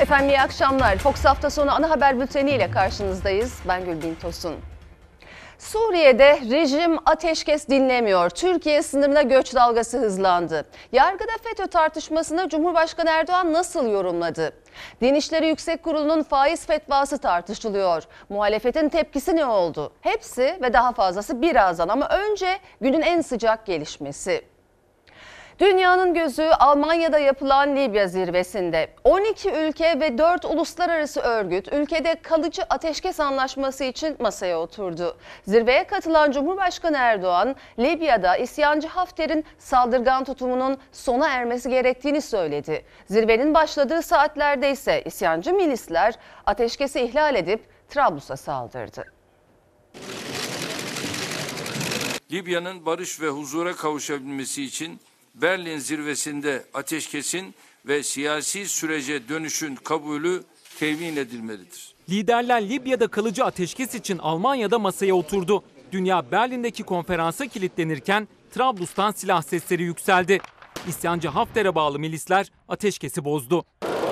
Efendim iyi akşamlar. Fox hafta sonu ana haber bülteni ile karşınızdayız. Ben Gülbin Tosun. Suriye'de rejim ateşkes dinlemiyor. Türkiye sınırına göç dalgası hızlandı. Yargıda FETÖ tartışmasını Cumhurbaşkanı Erdoğan nasıl yorumladı? Din İşleri Yüksek Kurulu'nun faiz fetvası tartışılıyor. Muhalefetin tepkisi ne oldu? Hepsi ve daha fazlası birazdan, ama önce günün en sıcak gelişmesi. Dünyanın gözü Almanya'da yapılan Libya zirvesinde. 12 ülke ve 4 uluslararası örgüt ülkede kalıcı ateşkes anlaşması için masaya oturdu. Zirveye katılan Cumhurbaşkanı Erdoğan, Libya'da isyancı Hafter'in saldırgan tutumunun sona ermesi gerektiğini söyledi. Zirvenin başladığı saatlerde ise isyancı milisler ateşkesi ihlal edip Trablus'a saldırdı. Libya'nın barış ve huzura kavuşabilmesi için Berlin zirvesinde ateşkesin ve siyasi sürece dönüşün kabulü temin edilmelidir. Liderler Libya'da kalıcı ateşkes için Almanya'da masaya oturdu. Dünya Berlin'deki konferansa kilitlenirken Trablus'tan silah sesleri yükseldi. İsyancı Hafter'e bağlı milisler ateşkesi bozdu.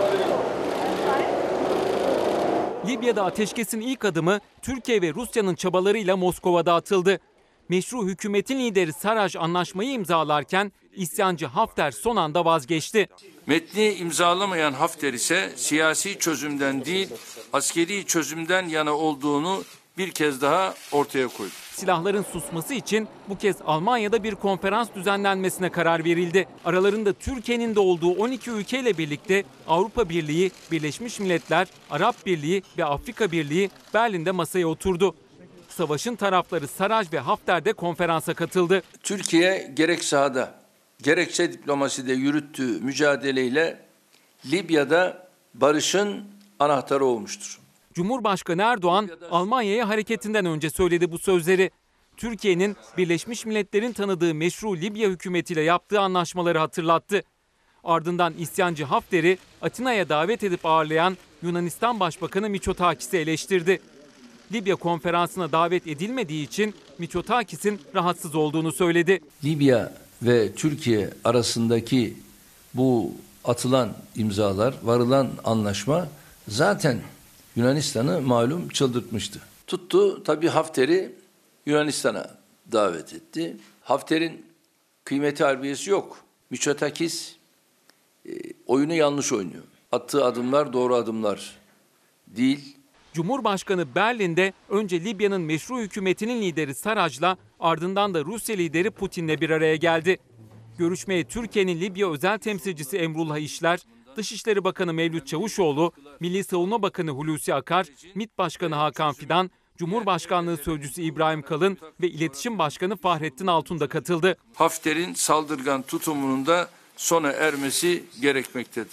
Libya'da ateşkesin ilk adımı Türkiye ve Rusya'nın çabalarıyla Moskova'da atıldı. Meşru hükümetin lideri Sarraj anlaşmayı imzalarken isyancı Hafter son anda vazgeçti. Metni imzalamayan Hafter ise siyasi çözümden değil, askeri çözümden yana olduğunu bir kez daha ortaya koydu. Silahların susması için bu kez Almanya'da bir konferans düzenlenmesine karar verildi. Aralarında Türkiye'nin de olduğu 12 ülkeyle birlikte Avrupa Birliği, Birleşmiş Milletler, Arap Birliği ve Afrika Birliği Berlin'de masaya oturdu. Savaşın tarafları Sarraj ve Hafter de konferansa katıldı. Türkiye gerek sahada gerekse diplomaside yürüttüğü mücadeleyle Libya'da barışın anahtarı olmuştur. Cumhurbaşkanı Erdoğan Almanya'ya hareketinden önce söyledi bu sözleri. Türkiye'nin Birleşmiş Milletler'in tanıdığı meşru Libya hükümetiyle yaptığı anlaşmaları hatırlattı. Ardından isyancı Hafter'i Atina'ya davet edip ağırlayan Yunanistan Başbakanı Mitsotakis'i eleştirdi. Libya konferansına davet edilmediği için Mitsotakis'in rahatsız olduğunu söyledi. Libya ve Türkiye arasındaki bu atılan imzalar, varılan anlaşma zaten Yunanistan'ı malum çıldırtmıştı. Tuttu tabii Hafter'i Yunanistan'a davet etti. Hafter'in kıymeti harbiyesi yok. Mitsotakis oyunu yanlış oynuyor. Attığı adımlar doğru adımlar değil. Cumhurbaşkanı Berlin'de önce Libya'nın meşru hükümetinin lideri Sarraj'la ardından da Rusya lideri Putin'le bir araya geldi. Görüşmeye Türkiye'nin Libya özel temsilcisi Emrullah İşler, Dışişleri Bakanı Mevlüt Çavuşoğlu, Milli Savunma Bakanı Hulusi Akar, MİT Başkanı Hakan Fidan, Cumhurbaşkanlığı Sözcüsü İbrahim Kalın ve İletişim Başkanı Fahrettin Altun da katıldı. Hafter'in saldırgan tutumunun da sona ermesi gerekmektedir.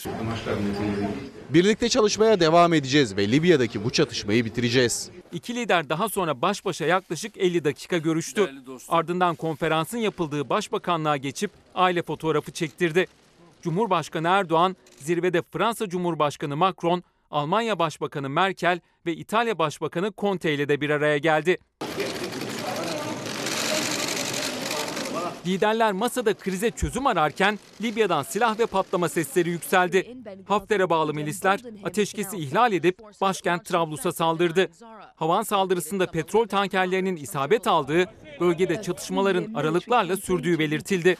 Birlikte çalışmaya devam edeceğiz ve Libya'daki bu çatışmayı bitireceğiz. İki lider daha sonra baş başa yaklaşık 50 dakika görüştü. Ardından konferansın yapıldığı başbakanlığa geçip aile fotoğrafı çektirdi. Cumhurbaşkanı Erdoğan zirvede Fransa Cumhurbaşkanı Macron, Almanya Başbakanı Merkel ve İtalya Başbakanı Conte ile de bir araya geldi. Liderler masada krize çözüm ararken Libya'dan silah ve patlama sesleri yükseldi. Hafter'e bağlı milisler ateşkesi ihlal edip başkent Trablus'a saldırdı. Havan saldırısında petrol tankerlerinin isabet aldığı, bölgede çatışmaların aralıklarla sürdüğü belirtildi.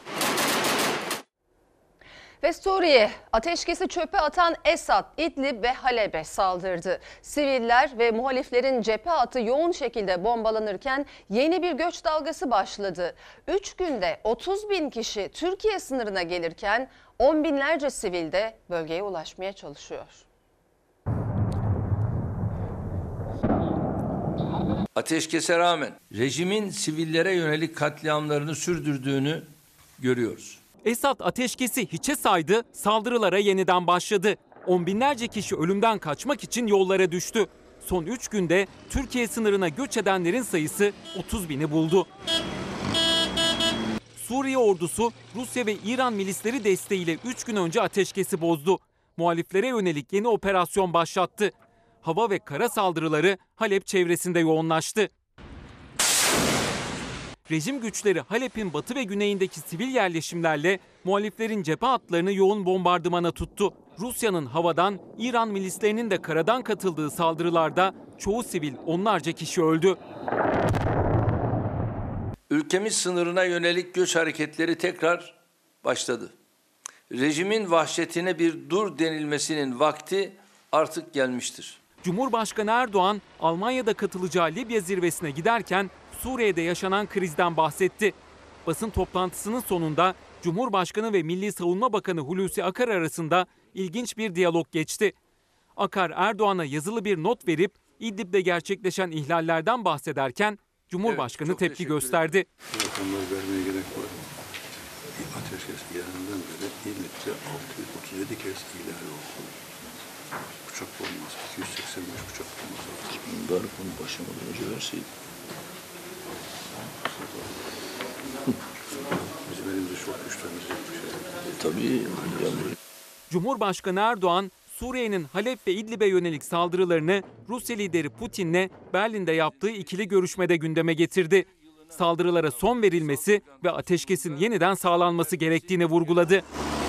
Ve Suriye, ateşkesi çöpe atan Esad, İdlib ve Halep'e saldırdı. Siviller ve muhaliflerin cephe hattı yoğun şekilde bombalanırken yeni bir göç dalgası başladı. 3 günde 30.000 kişi Türkiye sınırına gelirken 10 binlerce sivil de bölgeye ulaşmaya çalışıyor. Ateşkese rağmen rejimin sivillere yönelik katliamlarını sürdürdüğünü görüyoruz. Esad ateşkesi hiçe saydı, saldırılara yeniden başladı. On binlerce kişi ölümden kaçmak için yollara düştü. Son 3 günde Türkiye sınırına göç edenlerin sayısı 30.000'i buldu. Suriye ordusu Rusya ve İran milisleri desteğiyle 3 gün önce ateşkesi bozdu. Muhaliflere yönelik yeni operasyon başlattı. Hava ve kara saldırıları Halep çevresinde yoğunlaştı. Rejim güçleri Halep'in batı ve güneyindeki sivil yerleşimlerle muhaliflerin cephe hatlarını yoğun bombardımana tuttu. Rusya'nın havadan, İran milislerinin de karadan katıldığı saldırılarda çoğu sivil, onlarca kişi öldü. Ülkemiz sınırına yönelik göç hareketleri tekrar başladı. Rejimin vahşetine bir dur denilmesinin vakti artık gelmiştir. Cumhurbaşkanı Erdoğan, Almanya'da katılacağı Libya zirvesine giderken Suriye'de yaşanan krizden bahsetti. Basın toplantısının sonunda Cumhurbaşkanı ve Milli Savunma Bakanı Hulusi Akar arasında ilginç bir diyalog geçti. Akar, Erdoğan'a yazılı bir not verip İdlib'de gerçekleşen ihlallerden bahsederken Cumhurbaşkanı tepki gösterdi. Rakamları vermeye gerek var. Ateşkes ilanından beri İdlib'de 637 kez ihlal oldu. Uçak bombası, 285 uçak bombası atıldı. Bunlar bunu başlamadan önce verseydi. Bizim elimizde çok güçlendirecek bir şey. Tabii. Cumhurbaşkanı Erdoğan, Suriye'nin Halep ve İdlib'e yönelik saldırılarını Rusya lideri Putin'le Berlin'de yaptığı ikili görüşmede gündeme getirdi. Saldırılara son verilmesi ve ateşkesin yeniden sağlanması gerektiğini vurguladı.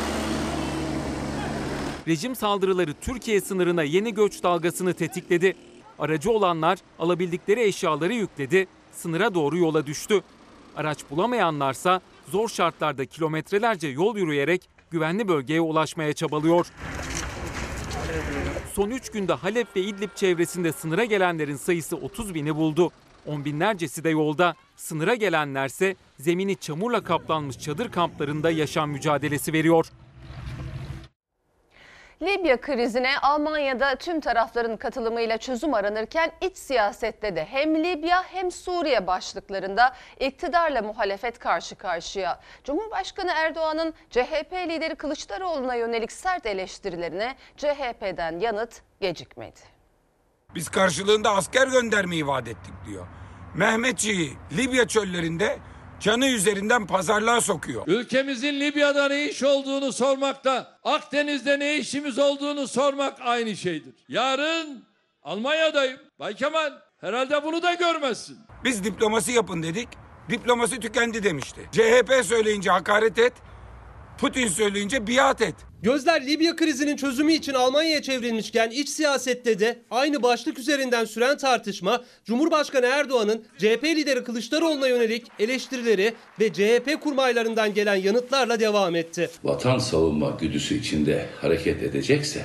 Rejim saldırıları Türkiye sınırına yeni göç dalgasını tetikledi. Aracı olanlar alabildikleri eşyaları yükledi, sınıra doğru yola düştü. Araç bulamayanlarsa zor şartlarda kilometrelerce yol yürüyerek güvenli bölgeye ulaşmaya çabalıyor. Son 3 günde Halep ve İdlib çevresinde sınıra gelenlerin sayısı 30 bini buldu. On binlercesi de yolda. Sınıra gelenlerse zemini çamurla kaplanmış çadır kamplarında yaşam mücadelesi veriyor. Libya krizine Almanya'da tüm tarafların katılımıyla çözüm aranırken iç siyasette de hem Libya hem Suriye başlıklarında iktidarla muhalefet karşı karşıya. Cumhurbaşkanı Erdoğan'ın CHP lideri Kılıçdaroğlu'na yönelik sert eleştirilerine CHP'den yanıt gecikmedi. Biz karşılığında asker göndermeyi vaat ettik diyor. Mehmetçiği Libya çöllerinde canı üzerinden pazarlığa sokuyor. Ülkemizin Libya'da ne iş olduğunu sormakta, Akdeniz'de ne işimiz olduğunu sormak aynı şeydir. Yarın Almanya'dayım. Bay Kemal, herhalde bunu da görmezsin. Biz diplomasi yapın dedik, diplomasi tükendi demişti. CHP söyleyince hakaret et, Putin söyleyince biat et. Gözler Libya krizinin çözümü için Almanya'ya çevrilmişken iç siyasette de aynı başlık üzerinden süren tartışma Cumhurbaşkanı Erdoğan'ın CHP lideri Kılıçdaroğlu'na yönelik eleştirileri ve CHP kurmaylarından gelen yanıtlarla devam etti. Vatan savunma güdüsü içinde hareket edecekse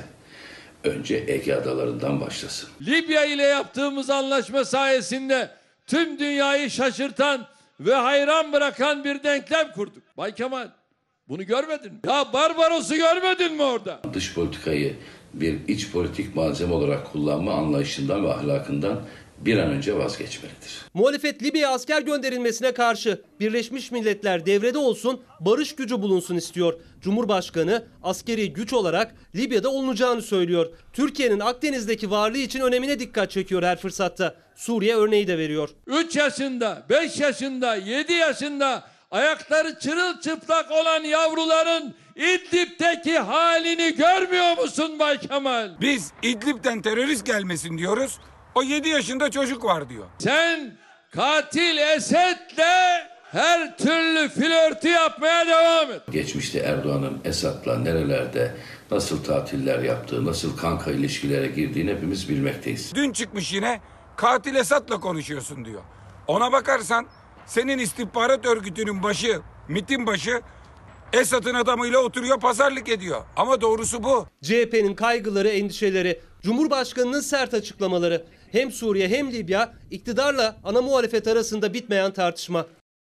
önce Ege adalarından başlasın. Libya ile yaptığımız anlaşma sayesinde tüm dünyayı şaşırtan ve hayran bırakan bir denklem kurduk. Bay Kemal, bunu görmedin mi? Ya Barbaros'u görmedin mi orada? Dış politikayı bir iç politik malzeme olarak kullanma anlayışından ve ahlakından bir an önce vazgeçmelidir. Muhalefet Libya'ya asker gönderilmesine karşı Birleşmiş Milletler devrede olsun, barış gücü bulunsun istiyor. Cumhurbaşkanı askeri güç olarak Libya'da olunacağını söylüyor. Türkiye'nin Akdeniz'deki varlığı için önemine dikkat çekiyor her fırsatta. Suriye örneği de veriyor. 3 yaşında, 5 yaşında, 7 yaşında ayakları çırılçıplak olan yavruların İdlib'deki halini görmüyor musun Bay Kemal? Biz İdlib'den terörist gelmesin diyoruz, o 7 yaşında çocuk var diyor. Sen katil Esed'le her türlü flörtü yapmaya devam et. Geçmişte Erdoğan'ın Esad'la nerelerde nasıl tatiller yaptığı, nasıl kanka ilişkilere girdiğini hepimiz bilmekteyiz. Dün çıkmış yine katil Esad'la konuşuyorsun diyor. Ona bakarsan senin istihbarat örgütünün başı, MİT'in başı Esad'ın adamıyla oturuyor, pazarlık ediyor. Ama doğrusu bu. CHP'nin kaygıları, endişeleri, Cumhurbaşkanı'nın sert açıklamaları. Hem Suriye hem Libya iktidarla ana muhalefet arasında bitmeyen tartışma.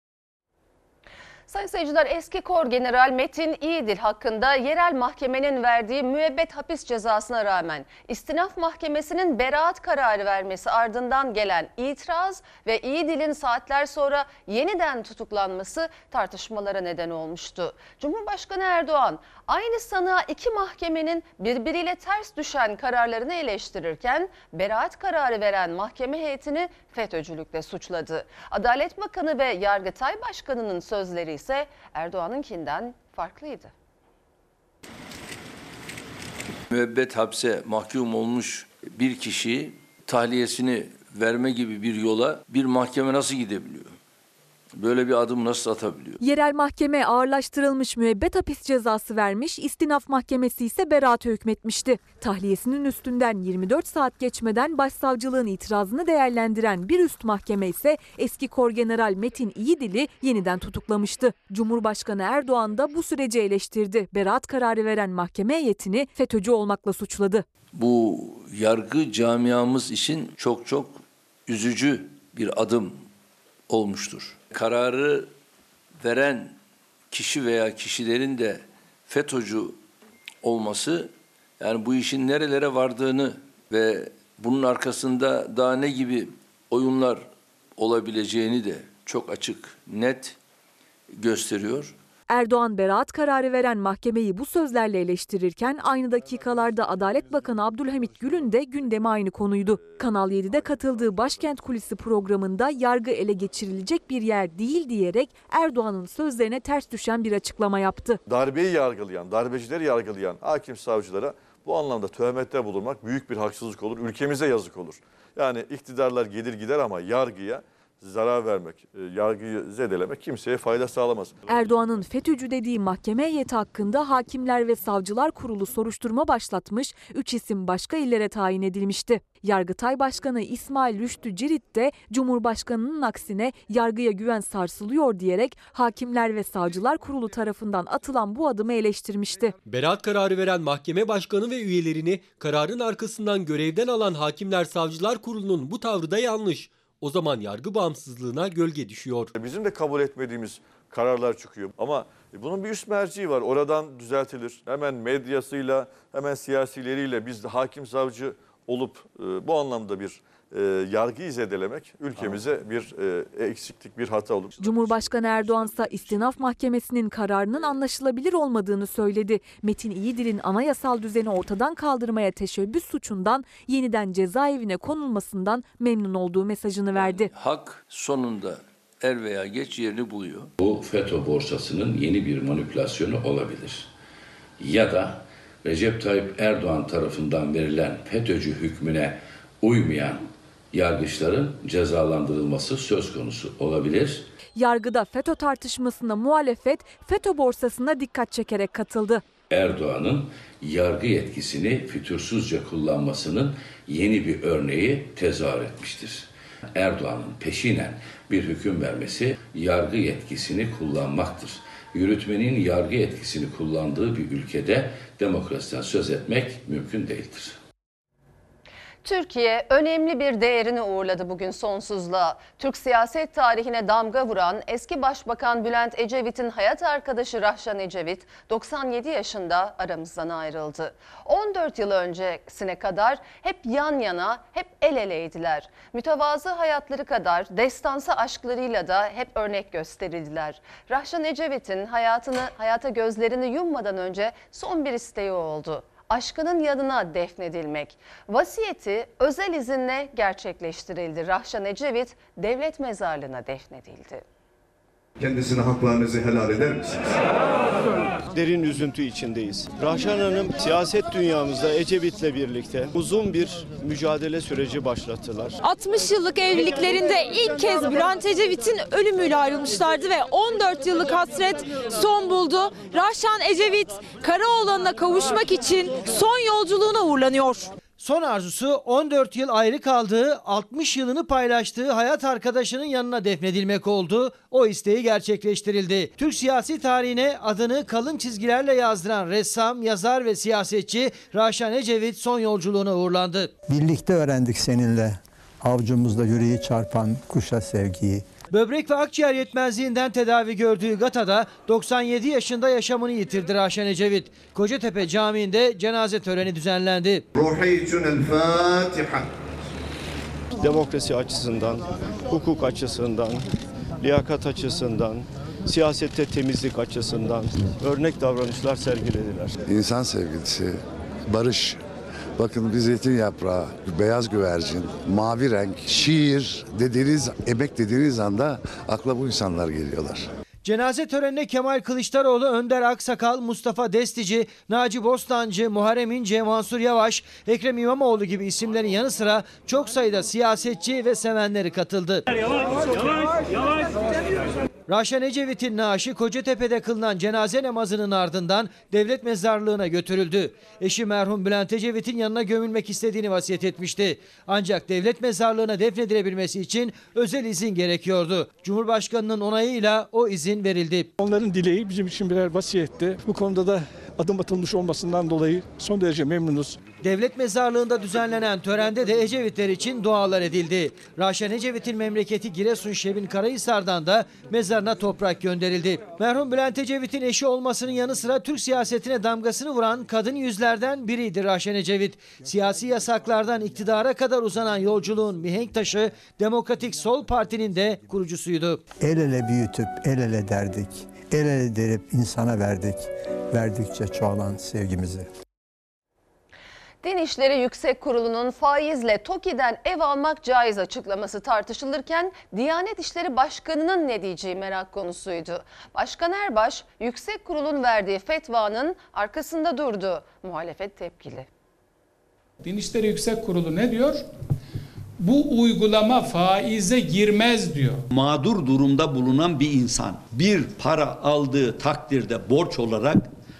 Sayın seyirciler, eski Kor General Metin İyidil hakkında yerel mahkemenin verdiği müebbet hapis cezasına rağmen İstinaf Mahkemesi'nin beraat kararı vermesi ardından gelen itiraz ve İyidil'in saatler sonra yeniden tutuklanması tartışmalara neden olmuştu. Cumhurbaşkanı Erdoğan aynı sanığa iki mahkemenin birbiriyle ters düşen kararlarını eleştirirken beraat kararı veren mahkeme heyetini FETÖ'cülükle suçladı. Adalet Bakanı ve Yargıtay Başkanı'nın sözleri ise Erdoğan'ınkinden farklıydı. Müebbet hapse mahkum olmuş bir kişi tahliyesini verme gibi bir yola bir mahkeme nasıl gidebiliyor? böyle bir adım nasıl atabiliyor? Yerel mahkeme ağırlaştırılmış müebbet hapis cezası vermiş, istinaf mahkemesi ise beraate hükmetmişti. Tahliyesinin üstünden 24 saat geçmeden başsavcılığın itirazını değerlendiren bir üst mahkeme ise eski Korgeneral Metin İyidil'i yeniden tutuklamıştı. Cumhurbaşkanı Erdoğan da bu süreci eleştirdi. Beraat kararı veren mahkeme heyetini FETÖ'cü olmakla suçladı. Bu yargı camiamız için çok üzücü bir adım olmuştur. Kararı veren kişi veya kişilerin de FETÖ'cü olması, yani bu işin nerelere vardığını ve bunun arkasında daha ne gibi oyunlar olabileceğini de çok açık, net gösteriyor. Erdoğan beraat kararı veren mahkemeyi bu sözlerle eleştirirken aynı dakikalarda Adalet Bakanı Abdülhamit Gül'ün de gündemi aynı konuydu. Kanal 7'de katıldığı Başkent Kulisi programında yargı ele geçirilecek bir yer değil diyerek Erdoğan'ın sözlerine ters düşen bir açıklama yaptı. Darbeyi yargılayan, darbecileri yargılayan hakim savcılara bu anlamda töhmette bulunmak büyük bir haksızlık olur. Ülkemize yazık olur. Yani iktidarlar gelir gider ama yargıya zarar vermek, yargıyı zedelemek kimseye fayda sağlamaz. Erdoğan'ın FETÖ'cü dediği mahkeme heyeti hakkında Hakimler ve Savcılar Kurulu soruşturma başlatmış, 3 isim başka illere tayin edilmişti. Yargıtay Başkanı İsmail Rüştü Cirit de Cumhurbaşkanı'nın aksine yargıya güven sarsılıyor diyerek Hakimler ve Savcılar Kurulu tarafından atılan bu adımı eleştirmişti. Beraat kararı veren mahkeme başkanı ve üyelerini kararın arkasından görevden alan Hakimler Savcılar Kurulu'nun bu tavrı da yanlış. O zaman yargı bağımsızlığına gölge düşüyor. Bizim de kabul etmediğimiz kararlar çıkıyor ama bunun bir üst merci var. Oradan düzeltilir. Hemen medyasıyla, hemen siyasileriyle biz de hakim savcı olup bu anlamda bir yargıyı zedelemek ülkemize bir eksiklik, bir hata olur. Cumhurbaşkanı Erdoğan ise istinaf mahkemesinin kararının anlaşılabilir olmadığını söyledi. Metin İyidil'in anayasal düzeni ortadan kaldırmaya teşebbüs suçundan yeniden cezaevine konulmasından memnun olduğu mesajını verdi. Hak sonunda er veya geç yerini buluyor. Bu FETÖ borsasının yeni bir manipülasyonu olabilir. Ya da Recep Tayyip Erdoğan tarafından verilen FETÖ'cü hükmüne uymayan yargıçların cezalandırılması söz konusu olabilir. Yargıda FETÖ tartışmasına muhalefet FETÖ borsasına dikkat çekerek katıldı. Erdoğan'ın yargı yetkisini fütursuzca kullanmasının yeni bir örneği tezahür etmiştir. Erdoğan'ın peşinen bir hüküm vermesi yargı yetkisini kullanmaktır. Yürütmenin yargı yetkisini kullandığı bir ülkede demokrasiden söz etmek mümkün değildir. Türkiye önemli bir değerini uğurladı bugün sonsuzluğa. Türk siyaset tarihine damga vuran eski Başbakan Bülent Ecevit'in hayat arkadaşı Rahşan Ecevit 97 yaşında aramızdan ayrıldı. 14 yıl öncesine kadar hep yan yana, hep el eleydiler. Mütevazı hayatları kadar destansı aşklarıyla da hep örnek gösterildiler. Rahşan Ecevit'in hayata gözlerini yummadan önce son bir isteği oldu. Aşkının yanına defnedilmek. Vasiyeti özel izinle gerçekleştirildi. Rahşan Ecevit devlet mezarlığına defnedildi. Kendisine haklarınızı helal eder misiniz? Derin üzüntü içindeyiz. Rahşan Hanım siyaset dünyamızda Ecevit'le birlikte uzun bir mücadele süreci başlattılar. 60 yıllık evliliklerinde ilk kez Bülent Ecevit'in ölümüyle ayrılmışlardı ve 14 yıllık hasret son buldu. Rahşan Ecevit Karaoğlan'ına kavuşmak için son yolculuğuna uğurlanıyor. Son arzusu 14 yıl ayrı kaldığı, 60 yılını paylaştığı hayat arkadaşının yanına defnedilmek oldu. O isteği gerçekleştirildi. Türk siyasi tarihine adını kalın çizgilerle yazdıran ressam, yazar ve siyasetçi Rahşan Ecevit son yolculuğuna uğurlandı. Birlikte öğrendik seninle avcumuzda yüreği çarpan kuşa sevgiyi. Böbrek ve akciğer yetmezliğinden tedavi gördüğü Gata'da 97 yaşında yaşamını yitirdi Rahşan Ecevit. Kocatepe Camii'nde cenaze töreni düzenlendi. Demokrasi açısından, hukuk açısından, liyakat açısından, siyasette temizlik açısından örnek davranışlar sergilediler. İnsan sevgisi, barış. Bakın bir zeytin yaprağı, beyaz güvercin, mavi renk, şiir dediğiniz, emek dediğiniz anda akla bu insanlar geliyorlar. Cenaze törenine Kemal Kılıçdaroğlu, Önder Aksakal, Mustafa Destici, Naci Bostancı, Muharrem İnce, Mansur Yavaş, Ekrem İmamoğlu gibi isimlerin yanı sıra çok sayıda siyasetçi ve sevenleri katıldı. Raşan Ecevit'in naaşı Kocatepe'de kılınan cenaze namazının ardından devlet mezarlığına götürüldü. Eşi merhum Bülent Ecevit'in yanına gömülmek istediğini vasiyet etmişti. Ancak devlet mezarlığına defnedilebilmesi için özel izin gerekiyordu. Cumhurbaşkanının onayıyla o izin verildi. Onların dileği bizim için birer vasiyetti. Bu konuda da adım atılmış olmasından dolayı son derece memnunuz. Devlet mezarlığında düzenlenen törende de Ecevitler için dualar edildi. Raşan Ecevit'in memleketi Giresun Şebin Karahisar'dan da mezarına toprak gönderildi. Merhum Bülent Ecevit'in eşi olmasının yanı sıra Türk siyasetine damgasını vuran kadın yüzlerden biriydi Raşan Ecevit. Siyasi yasaklardan iktidara kadar uzanan yolculuğun mihenk taşı Demokratik Sol Parti'nin de kurucusuydu. El ele büyütüp el ele derdik. El ele derip insana verdik. Verdikçe çoğalan sevgimizi. Din İşleri Yüksek Kurulu'nun faizle TOKİ'den ev almak caiz açıklaması tartışılırken Diyanet İşleri Başkanı'nın ne diyeceği merak konusuydu. Başkan Erbaş, Yüksek Kurul'un verdiği fetvanın arkasında durdu. Muhalefet tepkili. Din İşleri Yüksek Kurulu ne diyor? Bu uygulama faize girmez diyor. Mağdur durumda bulunan bir insan bir para aldığı takdirde borç olarak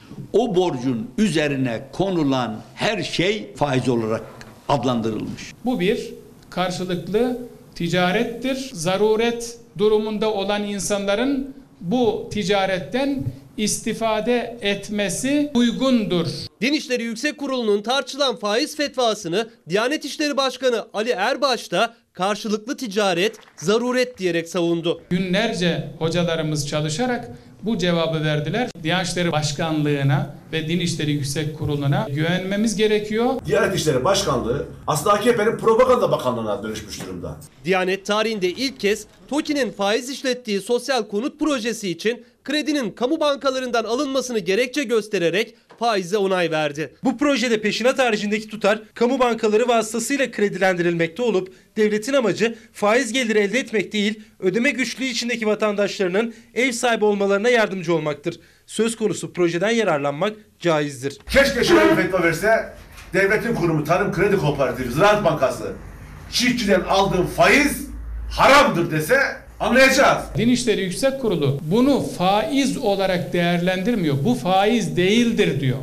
o borcun üzerine konulan her şey faiz olarak adlandırılmış. Bu bir karşılıklı ticarettir. Zaruret durumunda olan insanların bu ticaretten istifade etmesi uygundur. Din İşleri Yüksek Kurulu'nun tartışılan faiz fetvasını Diyanet İşleri Başkanı Ali Erbaş da karşılıklı ticaret, zaruret diyerek savundu. Günlerce hocalarımız çalışarak bu cevabı verdiler. Diyanet İşleri Başkanlığı'na ve Din İşleri Yüksek Kurulu'na güvenmemiz gerekiyor. Diyanet İşleri Başkanlığı aslında AKP'nin propaganda bakanlığına dönüşmüş durumda. Diyanet tarihinde ilk kez TOKİ'nin faiz işlettiği sosyal konut projesi için kredinin kamu bankalarından alınmasını gerekçe göstererek faize onay verdi. Bu projede peşinat haricindeki tutar kamu bankaları vasıtasıyla kredilendirilmekte olup devletin amacı faiz geliri elde etmek değil, ödeme güçlüğü içindeki vatandaşlarının ev sahibi olmalarına yardımcı olmaktır. Söz konusu projeden yararlanmak caizdir. Keşke şöyle bir fetva verse, devletin kurumu Tarım Kredi Kooperatifi, Ziraat Bankası çiftçiden aldığım faiz haramdır dese anlayacağız. Din İşleri Yüksek Kurulu bunu faiz olarak değerlendirmiyor. Bu faiz değildir diyor.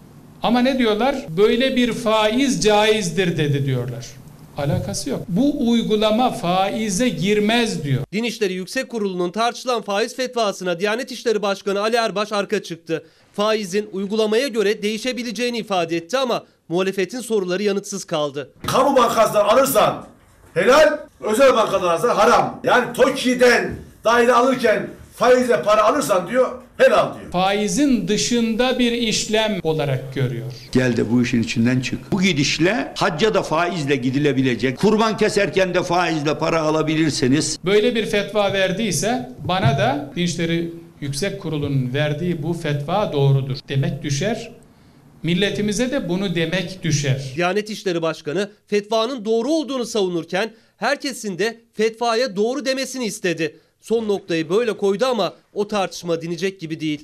Ama ne diyorlar? Böyle bir faiz caizdir dedi diyorlar. Alakası yok. Bu uygulama faize girmez diyor. Din İşleri Yüksek Kurulu'nun tartışılan faiz fetvasına Diyanet İşleri Başkanı Ali Erbaş arka çıktı. Faizin uygulamaya göre değişebileceğini ifade etti ama muhalefetin soruları yanıtsız kaldı. Kamu bankasından alırsan helal, özel bankadan alırsan haram. Yani TOKİ'den daire alırken faizle para alırsan diyor, helal diyor. Faizin dışında bir işlem olarak görüyor. Gel de bu işin içinden çık. Bu gidişle hacca da faizle gidilebilecek. Kurban keserken de faizle para alabilirseniz. Böyle bir fetva verdiyse bana da Din İşleri Yüksek Kurulu'nun verdiği bu fetva doğrudur demek düşer. Milletimize de bunu demek düşer. Diyanet İşleri Başkanı fetvanın doğru olduğunu savunurken herkesin de fetvaya doğru demesini istedi. Son noktayı böyle koydu ama o tartışma dinecek gibi değil.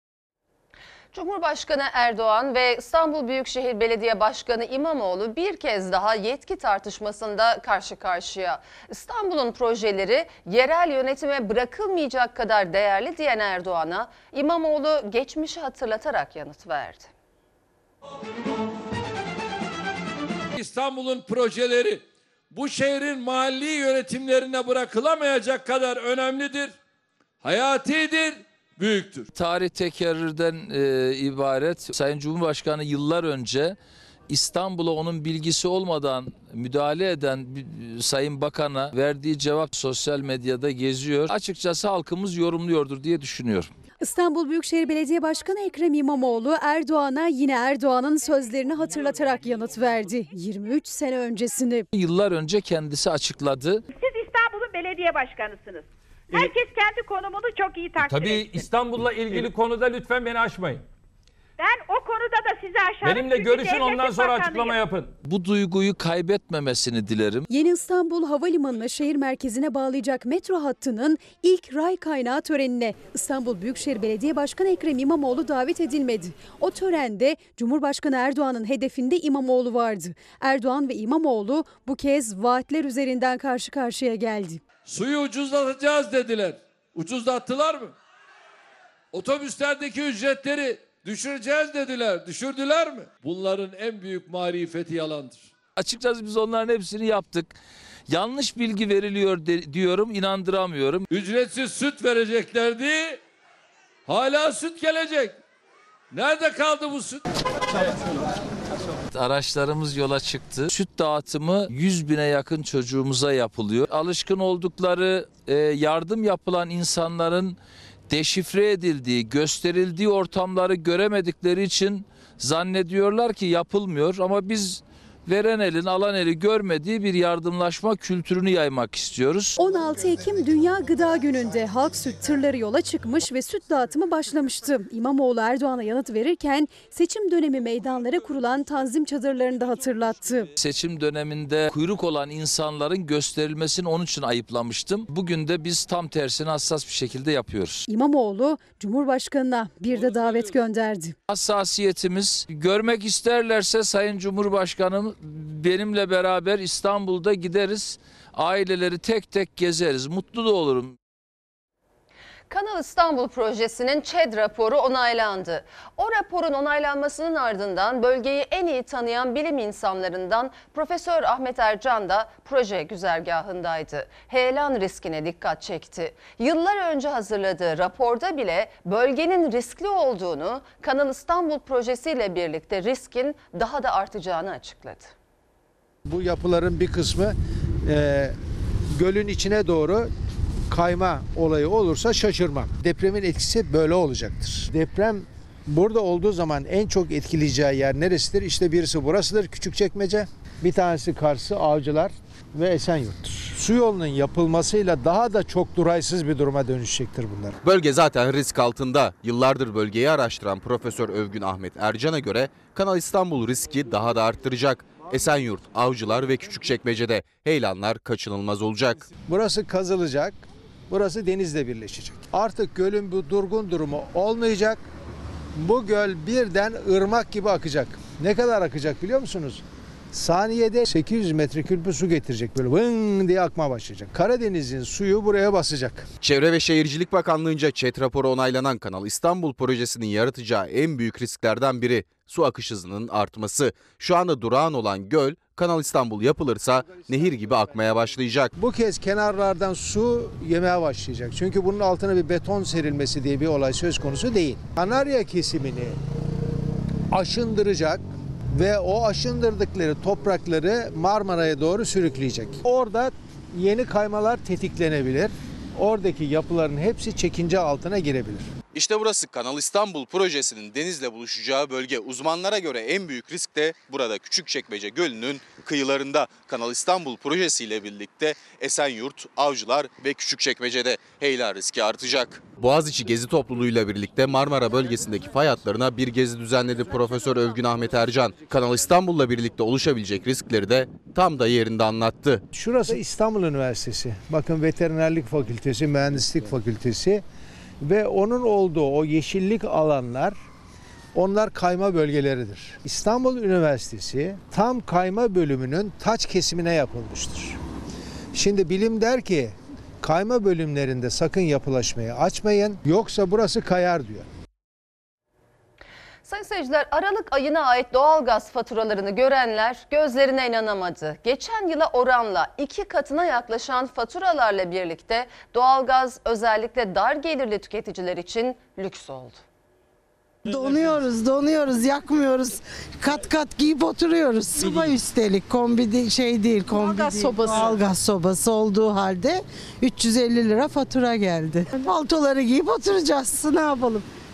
Cumhurbaşkanı Erdoğan ve İstanbul Büyükşehir Belediye Başkanı İmamoğlu bir kez daha yetki tartışmasında karşı karşıya. İstanbul'un projeleri yerel yönetime bırakılmayacak kadar değerli diyen Erdoğan'a İmamoğlu geçmişi hatırlatarak yanıt verdi. İstanbul'un projeleri bu şehrin mahalli yönetimlerine bırakılamayacak kadar önemlidir, hayatidir, büyüktür. Tarih tekerrürden ibaret. Sayın Cumhurbaşkanı yıllar önce İstanbul'a onun bilgisi olmadan müdahale eden Sayın Bakan'a verdiği cevap sosyal medyada geziyor. Açıkçası halkımız yorumluyordur diye düşünüyorum. İstanbul Büyükşehir Belediye Başkanı Ekrem İmamoğlu Erdoğan'a yine Erdoğan'ın sözlerini hatırlatarak yanıt verdi. 23 sene öncesini. Yıllar önce kendisi açıkladı. Siz İstanbul'un belediye başkanısınız. Herkes kendi konumunu çok iyi takdir Tabii etsin. İstanbul'la ilgili konuda lütfen beni aşmayın. Ben o O konuda da size aşağılık... Benimle görüşün, ondan sonra açıklama yapın. Bu duyguyu kaybetmemesini dilerim. Yeni İstanbul Havalimanı'nı şehir merkezine bağlayacak metro hattının ilk ray kaynağı törenine İstanbul Büyükşehir Belediye Başkanı Ekrem İmamoğlu davet edilmedi. O törende Cumhurbaşkanı Erdoğan'ın hedefinde İmamoğlu vardı. Erdoğan ve İmamoğlu bu kez vaatler üzerinden karşı karşıya geldi. Suyu ucuzlatacağız dediler. Ucuzlattılar mı? Otobüslerdeki ücretleri düşüreceğiz dediler. Düşürdüler mi? Bunların en büyük marifeti yalandır. Açıkçası biz onların hepsini yaptık. Yanlış bilgi veriliyor diyorum, inandıramıyorum. Ücretsiz süt vereceklerdi. Hala süt gelecek. Nerede kaldı bu süt? Araçlarımız yola çıktı. Süt dağıtımı 100.000'e yakın çocuğumuza yapılıyor. Alışkın oldukları yardım yapılan insanların deşifre edildiği, gösterildiği ortamları göremedikleri için zannediyorlar ki yapılmıyor. Ama biz veren elin alan eli görmediği bir yardımlaşma kültürünü yaymak istiyoruz. 16 Ekim Dünya Gıda Günü'nde halk süt tırları yola çıkmış ve süt dağıtımı başlamıştı. İmamoğlu Erdoğan'a yanıt verirken seçim dönemi meydanlara kurulan tanzim çadırlarını da hatırlattı. Seçim döneminde kuyruk olan insanların gösterilmesini onun için ayıplamıştım. Bugün de biz tam tersini hassas bir şekilde yapıyoruz. İmamoğlu Cumhurbaşkanı'na bir de davet gönderdi. Hassasiyetimiz, görmek isterlerse Sayın Cumhurbaşkanım benimle beraber İstanbul'da gideriz. Aileleri tek tek gezeriz. Mutlu da olurum. Kanal İstanbul projesinin ÇED raporu onaylandı. O raporun onaylanmasının ardından bölgeyi en iyi tanıyan bilim insanlarından Profesör Ahmet Ercan da proje güzergahındaydı. Heyelan riskine dikkat çekti. Yıllar önce hazırladığı raporda bile bölgenin riskli olduğunu, Kanal İstanbul projesiyle birlikte riskin daha da artacağını açıkladı. Bu yapıların bir kısmı gölün içine doğru kayma olayı olursa şaşırmam. Depremin etkisi böyle olacaktır. Deprem burada olduğu zaman en çok etkileyeceği yer neresidir? İşte birisi burasıdır, Küçükçekmece. Bir tanesi Kars'ı, Avcılar ve Esenyurt'tur. Su yolunun yapılmasıyla daha da çok duraysız bir duruma dönüşecektir bunlar. Bölge zaten risk altında. Yıllardır bölgeyi araştıran Profesör Övgün Ahmet Ercan'a göre Kanal İstanbul riski daha da arttıracak. Esenyurt, Avcılar ve Küçükçekmece'de heyelanlar kaçınılmaz olacak. Burası kazılacak, burası denizle birleşecek. Artık gölün bu durgun durumu olmayacak. Bu göl birden ırmak gibi akacak. Ne kadar akacak biliyor musunuz? Saniyede 800 metreküp su getirecek, böyle vın diye akmaya başlayacak. Karadeniz'in suyu buraya basacak. Çevre ve Şehircilik Bakanlığı'nca ÇED raporu onaylanan Kanal İstanbul projesinin yaratacağı en büyük risklerden biri su akış hızının artması. Şu anda durağan olan göl, Kanal İstanbul yapılırsa nehir gibi akmaya başlayacak. Bu kez kenarlardan su yemeye başlayacak. Çünkü bunun altına bir beton serilmesi diye bir olay söz konusu değil. Kanarya kesimini aşındıracak ve o aşındırdıkları toprakları Marmara'ya doğru sürükleyecek. Orada yeni kaymalar tetiklenebilir. Oradaki yapıların hepsi çekince altına girebilir. İşte burası Kanal İstanbul projesinin denizle buluşacağı bölge. Uzmanlara göre en büyük risk de burada Küçükçekmece Gölü'nün kıyılarında. Kanal İstanbul projesiyle birlikte Esenyurt, Avcılar ve Küçükçekmece'de heyelan riski artacak. Boğaziçi Gezi Topluluğu'yla birlikte Marmara bölgesindeki fay hatlarına bir gezi düzenledi Profesör Övgün Ahmet Ercan. Kanal İstanbul'la birlikte oluşabilecek riskleri de tam da yerinde anlattı. Şurası İstanbul Üniversitesi. Bakın Veterinerlik Fakültesi, Mühendislik Fakültesi ve onun olduğu o yeşillik alanlar, onlar kayma bölgeleridir. İstanbul Üniversitesi tam kayma bölümünün taç kesimine yapılmıştır. Şimdi bilim der ki kayma bölümlerinde sakın yapılaşmayı açmayın, yoksa burası kayar diyor. Sayın seyirciler, Aralık ayına ait doğalgaz faturalarını görenler gözlerine inanamadı. Geçen yıla oranla 2 katına yaklaşan faturalarla birlikte doğalgaz özellikle dar gelirli tüketiciler için lüks oldu. Donuyoruz, yakmıyoruz. Kat kat giyip oturuyoruz. Soba üstelik, kombi değil, kombi Doğalgaz değil. sobası. Doğalgaz sobası olduğu halde 350 lira fatura geldi. Paltoları giyip oturacağız, ne yapalım?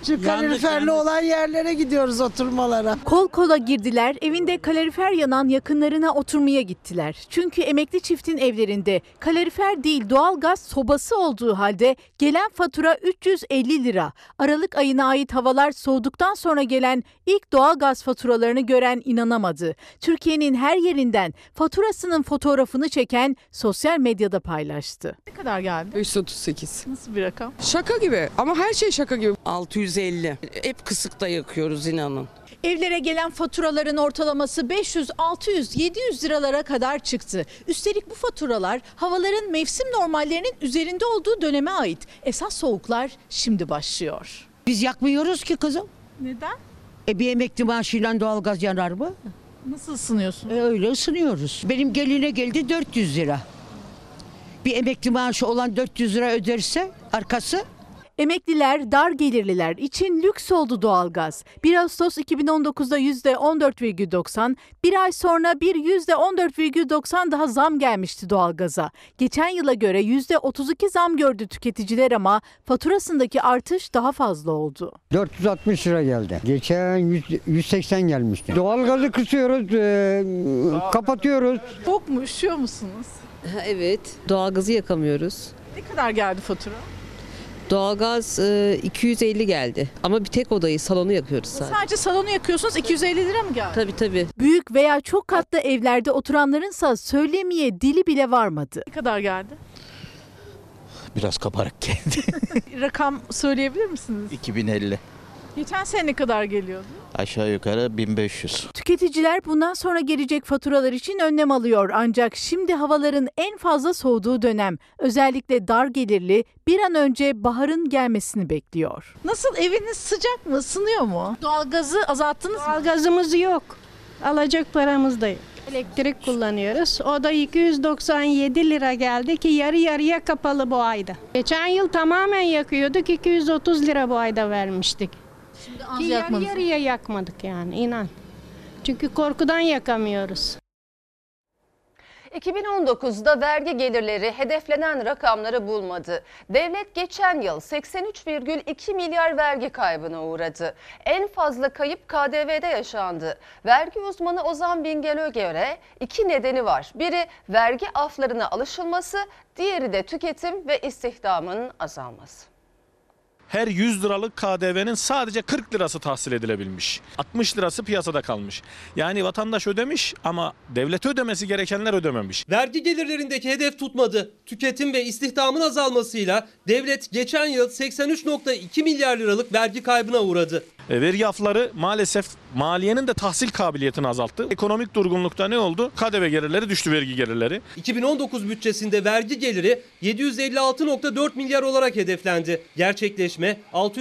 Şu kaloriferli olan yerlere gidiyoruz oturmalara. Kol kola girdiler, evinde kalorifer yanan yakınlarına oturmaya gittiler. Çünkü emekli çiftin evlerinde kalorifer değil doğalgaz sobası olduğu halde gelen fatura 350 lira. Aralık ayına ait havalar soğuduktan sonra gelen ilk doğalgaz faturalarını gören inanamadı. Türkiye'nin her yerinden faturasının fotoğrafını çeken sosyal medyada paylaştı. Ne kadar geldi? 538. Nasıl bir rakam? Şaka gibi ama her şey şaka gibi. 650. Hep kısıkta yakıyoruz inanın. Evlere gelen faturaların ortalaması 500, 600, 700 liralara kadar çıktı. Üstelik bu faturalar havaların mevsim normallerinin üzerinde olduğu döneme ait. Esas soğuklar şimdi başlıyor. Biz yakmıyoruz ki kızım. Neden? Bir emekli maaşıyla doğalgaz yanar mı? Nasıl ısınıyorsun? Öyle ısınıyoruz. Benim geline geldi 400 lira. Bir emekli maaşı olan 400 lira öderse arkası. Emekliler, dar gelirliler için lüks oldu doğalgaz. 1 Ağustos 2019'da %14,90, bir ay sonra bir %14,90 daha zam gelmişti doğalgaza. Geçen yıla göre %32 zam gördü tüketiciler ama faturasındaki artış daha fazla oldu. 460 lira geldi. Geçen 180 gelmişti. Doğalgazı kısıyoruz, kapatıyoruz. Çok mu, üşüyor musunuz? Evet, doğalgazı yakamıyoruz. Ne kadar geldi fatura? Doğalgaz 250 geldi ama bir tek odayı, salonu yakıyoruz sadece. Sadece salonu yakıyorsunuz, 250 lira mı geldi? Tabii. Büyük veya çok katlı evlerde oturanlarınsa söylemeye dili bile varmadı. Ne kadar geldi? Biraz kabarık geldi. Rakam söyleyebilir misiniz? 2050. Geçen sene ne kadar geliyordu? Aşağı yukarı 1500. Tüketiciler bundan sonra gelecek faturalar için önlem alıyor. Ancak şimdi havaların en fazla soğuduğu dönem. Özellikle dar gelirli bir an önce baharın gelmesini bekliyor. Nasıl, eviniz sıcak mı? Isınıyor mu? Doğalgazı azalttınız mı? Doğalgazımız yok. Alacak paramız da yok. Elektrik kullanıyoruz. O da 297 lira geldi ki yarı yarıya kapalı bu ayda. Geçen yıl tamamen yakıyorduk. 230 lira bu ayda vermiştik. Şimdi az ki yarı yarıya yakmadık yani inan. Çünkü korkudan yakamıyoruz. 2019'da vergi gelirleri hedeflenen rakamları bulmadı. Devlet geçen yıl 83,2 milyar vergi kaybına uğradı. En fazla kayıp KDV'de yaşandı. Vergi uzmanı Ozan Bingel'e göre iki nedeni var. Biri vergi aflarına alışılması, diğeri de tüketim ve istihdamın azalması. Her 100 liralık KDV'nin sadece 40 lirası tahsil edilebilmiş. 60 lirası piyasada kalmış. Yani vatandaş ödemiş ama devlet ödemesi gerekenler ödememiş. Vergi gelirlerindeki hedef tutmadı. Tüketim ve istihdamın azalmasıyla devlet geçen yıl 83,2 milyar liralık vergi kaybına uğradı. Vergi afları maalesef maliyenin de tahsil kabiliyetini azalttı. Ekonomik durgunlukta ne oldu? KDV gelirleri düştü, vergi gelirleri. 2019 bütçesinde vergi geliri 756,4 milyar olarak hedeflendi. Gerçekleşme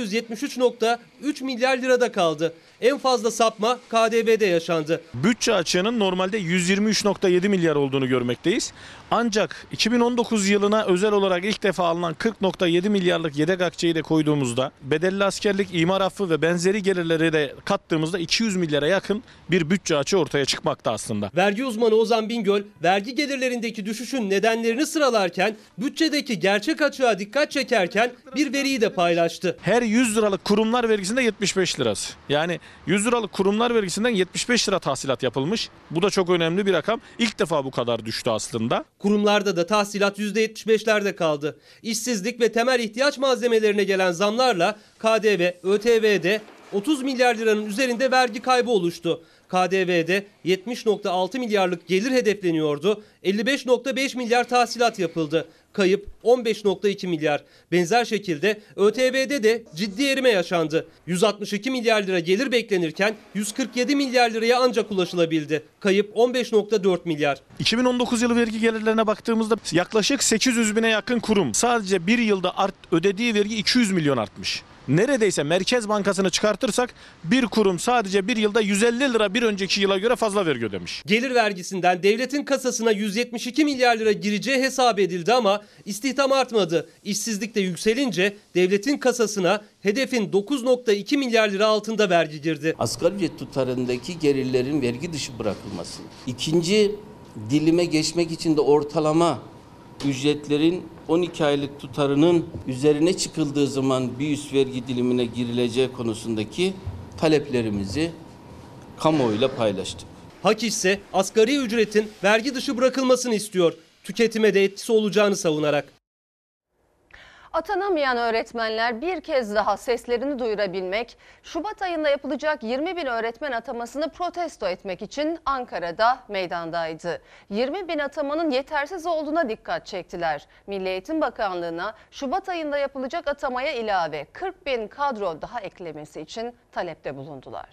673,3 milyar lirada kaldı. En fazla sapma KDV'de yaşandı. Bütçe açığının normalde 123,7 milyar olduğunu görmekteyiz. Ancak 2019 yılına özel olarak ilk defa alınan 40,7 milyarlık yedek akçeyi de koyduğumuzda, bedelli askerlik, imar affı ve benzeri gelirleri de kattığımızda 200 milyara yakın bir bütçe açığı ortaya çıkmakta aslında. Vergi uzmanı Ozan Bingöl, vergi gelirlerindeki düşüşün nedenlerini sıralarken, bütçedeki gerçek açığa dikkat çekerken bir veriyi de paylaştı. Her 100 liralık kurumlar vergisinde 75 lirası. Yani 100 liralık kurumlar vergisinden 75 lira tahsilat yapılmış. Bu da çok önemli bir rakam. İlk defa bu kadar düştü aslında. Kurumlarda da tahsilat %75'lerde kaldı. İşsizlik ve temel ihtiyaç malzemelerine gelen zamlarla KDV, ÖTV'de 30 milyar liranın üzerinde vergi kaybı oluştu. KDV'de 70,6 milyarlık gelir hedefleniyordu. 55,5 milyar tahsilat yapıldı. Kayıp 15,2 milyar. Benzer şekilde ÖTV'de de ciddi erime yaşandı. 162 milyar lira gelir beklenirken 147 milyar liraya ancak ulaşılabildi. Kayıp 15,4 milyar. 2019 yılı vergi gelirlerine baktığımızda yaklaşık 800 bine yakın kurum sadece bir yılda ödediği vergi 200 milyon artmış. Neredeyse Merkez Bankası'nı çıkartırsak bir kurum sadece bir yılda 150 lira bir önceki yıla göre fazla vergi ödemiş. Gelir vergisinden devletin kasasına 172 milyar lira gireceği hesap edildi ama istihdam artmadı. İşsizlik de yükselince devletin kasasına hedefin 9,2 milyar lira altında vergi girdi. Asgari ücret tutarındaki gelirlerin vergi dışı bırakılması. İkinci dilime geçmek için de ortalama ücretlerin 12 aylık tutarının üzerine çıkıldığı zaman bir üst vergi dilimine girileceği konusundaki taleplerimizi kamuoyuyla paylaştık. Hak ise asgari ücretin vergi dışı bırakılmasını istiyor. Tüketime de etkisi olacağını savunarak. Atanamayan öğretmenler bir kez daha seslerini duyurabilmek, Şubat ayında yapılacak 20.000 öğretmen atamasını protesto etmek için Ankara'da meydandaydı. 20.000 atamanın yetersiz olduğuna dikkat çektiler. Milli Eğitim Bakanlığı'na Şubat ayında yapılacak atamaya ilave 40.000 kadro daha eklemesi için talepte bulundular.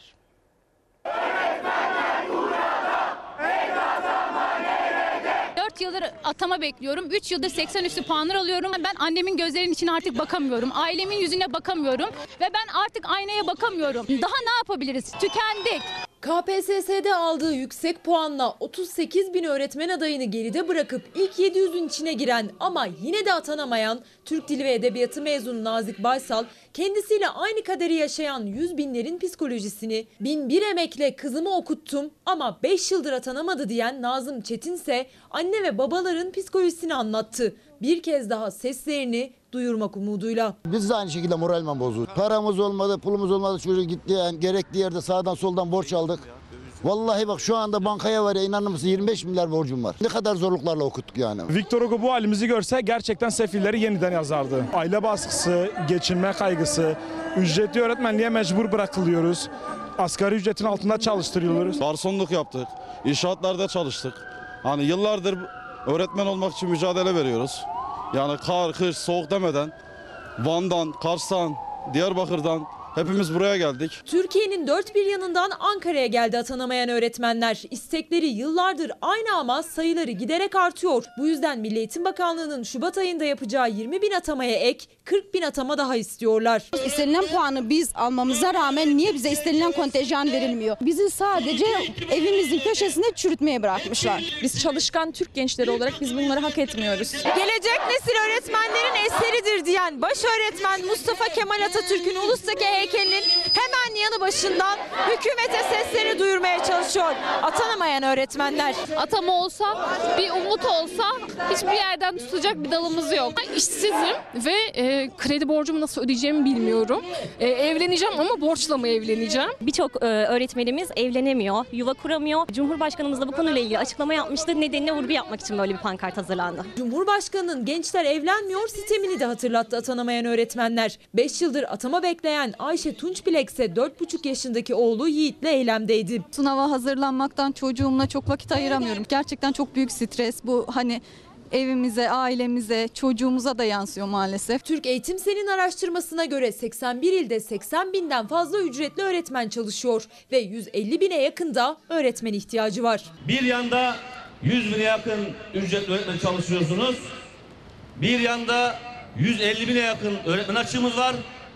4 yıldır atama bekliyorum. 3 yıldır 80 üstü puanlar alıyorum. Ben annemin gözlerinin içine artık bakamıyorum. Ailemin yüzüne bakamıyorum. Ve ben artık aynaya bakamıyorum. Daha ne yapabiliriz? Tükendik. KPSS'de aldığı yüksek puanla 38.000 öğretmen adayını geride bırakıp ilk 700'ün içine giren ama yine de atanamayan Türk Dili ve Edebiyatı mezunu Nazik Baysal, kendisiyle aynı kaderi yaşayan 100.000'lerin psikolojisini, 1001 emekle kızımı okuttum ama 5 yıldır atanamadı diyen Nazım Çetin ise anne ve babaların psikolojisini anlattı. Bir kez daha seslerini duyurmak umuduyla. Biz de aynı şekilde moralman bozuldu. Paramız olmadı, pulumuz olmadı. Çocuk gitti, yani gerekli yerde sağdan soldan borç aldık. Vallahi bak şu anda bankaya var ya, inanır mısın 25 milyar borcum var. Ne kadar zorluklarla okuttuk yani. Victor Hugo bu halimizi görse gerçekten Sefilleri yeniden yazardı. Aile baskısı, geçinme kaygısı, ücretli öğretmenliğe mecbur bırakılıyoruz. Asgari ücretin altında çalıştırıyoruz. Garsonluk yaptık, inşaatlarda çalıştık. Hani yıllardır öğretmen olmak için mücadele veriyoruz. Yani kar, kış, soğuk demeden Van'dan, Kars'tan, Diyarbakır'dan hepimiz buraya geldik. Türkiye'nin dört bir yanından Ankara'ya geldi atanamayan öğretmenler. İstekleri yıllardır aynı ama sayıları giderek artıyor. Bu yüzden Milli Eğitim Bakanlığı'nın Şubat ayında yapacağı 20.000 atamaya ek 40.000 atama daha istiyorlar. İstenilen puanı biz almamıza rağmen niye bize istenilen kontenjan verilmiyor? Bizi sadece evimizin köşesinde çürütmeye bırakmışlar. Biz çalışkan Türk gençleri olarak biz bunları hak etmiyoruz. Gelecek nesil öğretmenlerin eseridir diyen baş öğretmen Mustafa Kemal Atatürk'ün ulustaki heykelinin hemen yanı başından hükümete seslerini duyurmaya çalışıyor atanamayan öğretmenler. Atama olsa, bir umut olsa hiçbir yerden tutacak bir dalımız yok. İşsizim ve kredi borcumu nasıl ödeyeceğimi bilmiyorum. Evleneceğim ama borçla mı evleneceğim? Birçok öğretmenimiz evlenemiyor, yuva kuramıyor. Cumhurbaşkanımız da bu konuyla ilgili açıklama yapmıştı. Nedenine vurgu yapmak için böyle bir pankart hazırlandı. Cumhurbaşkanının gençler evlenmiyor sistemini de hatırlattı atanamayan öğretmenler. 5 yıldır atama bekleyen Ayşe Tunçbilek ise 4,5 yaşındaki oğlu Yiğit'le eylemdeydi. Sınava hazırlanmaktan çocuğumla çok vakit ayıramıyorum. Gerçekten çok büyük stres bu, hani evimize, ailemize, çocuğumuza da yansıyor maalesef. Türk Eğitim Sen'in araştırmasına göre 81 ilde 80.000'den fazla ücretli öğretmen çalışıyor ve 150.000'e yakın da öğretmen ihtiyacı var. Bir yanda 100.000'e yakın ücretli öğretmen çalışıyorsunuz. Bir yanda 150.000'e yakın öğretmen açığımız var.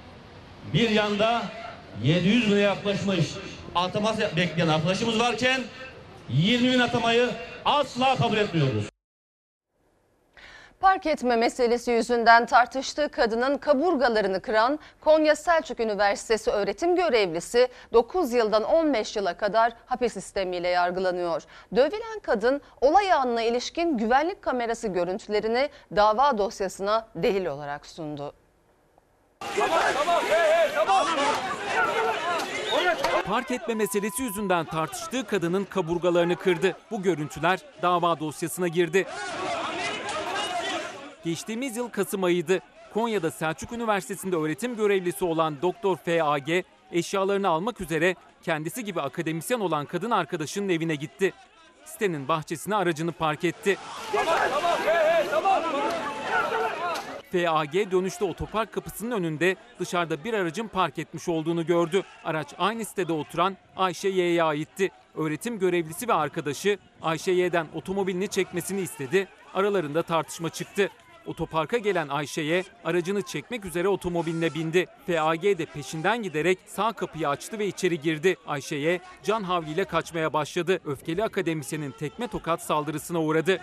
Bir yanda 700.000'e yaklaşmış atama bekleyen arkadaşımız varken 20.000 atamayı asla kabul etmiyoruz. Park etme meselesi yüzünden tartıştığı kadının kaburgalarını kıran Konya Selçuk Üniversitesi öğretim görevlisi 9 yıldan 15 yıla kadar hapis sistemiyle yargılanıyor. Dövülen kadın olay anına ilişkin güvenlik kamerası görüntülerini dava dosyasına delil olarak sundu. Park etme meselesi yüzünden tartıştığı kadının kaburgalarını kırdı. Bu görüntüler dava dosyasına girdi. Geçtiğimiz yıl Kasım ayıydı. Konya'da Selçuk Üniversitesi'nde öğretim görevlisi olan Doktor FAG eşyalarını almak üzere kendisi gibi akademisyen olan kadın arkadaşının evine gitti. Sitenin bahçesine aracını park etti. FAG dönüşte otopark kapısının önünde dışarıda bir aracın park etmiş olduğunu gördü. Araç aynı sitede oturan Ayşe Y'ye aitti. Öğretim görevlisi ve arkadaşı Ayşe Y'den otomobilini çekmesini istedi. Aralarında tartışma çıktı. Otoparka gelen Ayşe'ye aracını çekmek üzere otomobiline bindi. FAG de peşinden giderek sağ kapıyı açtı ve içeri girdi. Ayşe'ye can havliyle kaçmaya başladı. Öfkeli akademisyenin tekme tokat saldırısına uğradı.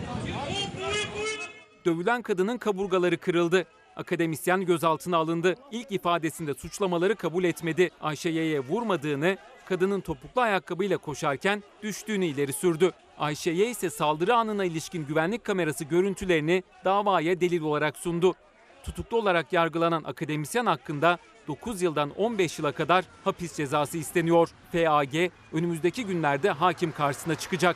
Dövülen kadının kaburgaları kırıldı. Akademisyen gözaltına alındı. İlk ifadesinde suçlamaları kabul etmedi. Ayşe Y'ye vurmadığını, kadının topuklu ayakkabıyla koşarken düştüğünü ileri sürdü. Ayşe'ye ise saldırı anına ilişkin güvenlik kamerası görüntülerini davaya delil olarak sundu. Tutuklu olarak yargılanan akademisyen hakkında 9 yıldan 15 yıla kadar hapis cezası isteniyor. FAG önümüzdeki günlerde hakim karşısına çıkacak.